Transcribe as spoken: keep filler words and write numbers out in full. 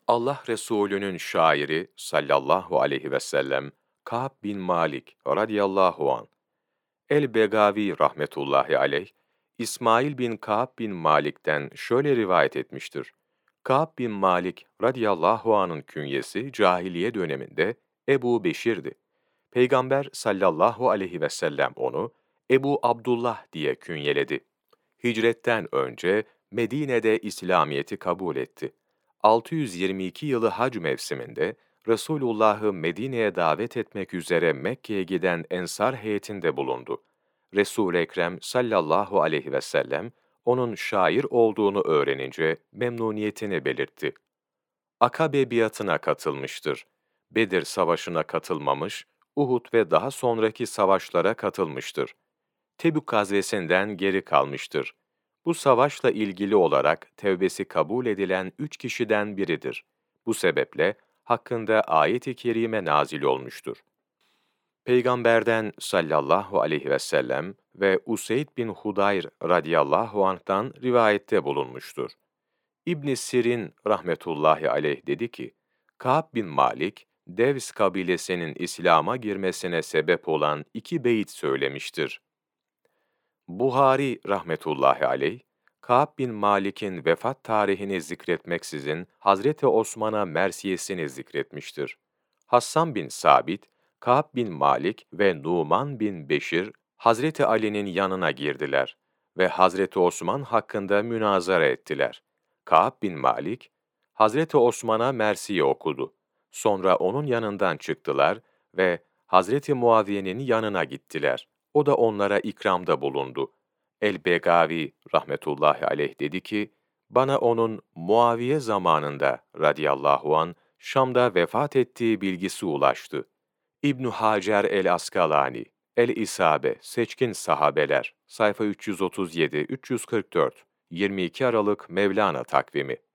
Allah Resulü'nün şairi sallallahu aleyhi ve sellem Ka'b bin Malik radıyallahu an El-Begavi rahmetullahi aleyh, İsmail bin Ka'b bin Malik'ten şöyle rivayet etmiştir. Ka'b bin Malik radıyallahu anın künyesi cahiliye döneminde Ebu Beşir'di. Peygamber sallallahu aleyhi ve sellem onu Ebu Abdullah diye künyeledi. Hicretten önce Medine'de İslamiyet'i kabul etti. altı yüz yirmi iki yılı hac mevsiminde Resulullah'ı Medine'ye davet etmek üzere Mekke'ye giden Ensar heyetinde bulundu. Resul-i Ekrem sallallahu aleyhi ve sellem onun şair olduğunu öğrenince memnuniyetini belirtti. Akabe biatına katılmıştır. Bedir Savaşı'na katılmamış, Uhud ve daha sonraki savaşlara katılmıştır. Tebük gazvesinden geri kalmıştır. Bu savaşla ilgili olarak tevbesi kabul edilen üç kişiden biridir. Bu sebeple hakkında ayet-i kerime nazil olmuştur. Peygamberden sallallahu aleyhi ve sellem ve Useyd bin Hudayr radıyallahu anh'tan rivayette bulunmuştur. İbn Sirin rahmetullahi aleyh dedi ki, Ka'b bin Malik, Devs kabilesinin İslam'a girmesine sebep olan iki beyit söylemiştir. Buhari rahmetullahi aleyh, Ka'b bin Malik'in vefat tarihini zikretmeksizin Hazreti Osman'a mersiyesini zikretmiştir. Hassan bin Sabit, Ka'b bin Malik ve Numan bin Beşir, Hazreti Ali'nin yanına girdiler ve Hazreti Osman hakkında münazara ettiler. Ka'b bin Malik, Hazreti Osman'a mersiye okudu. Sonra onun yanından çıktılar ve Hazreti Muaviye'nin yanına gittiler. O da onlara ikramda bulundu. El-Begavi rahmetullahi aleyh dedi ki, bana onun Muaviye zamanında radıyallahu an Şam'da vefat ettiği bilgisi ulaştı. İbn Hacer el-Askalani, El-İsabe, Seçkin Sahabeler, sayfa üç yüz otuz yedi üç yüz kırk dört, yirmi iki Aralık Mevlana takvimi.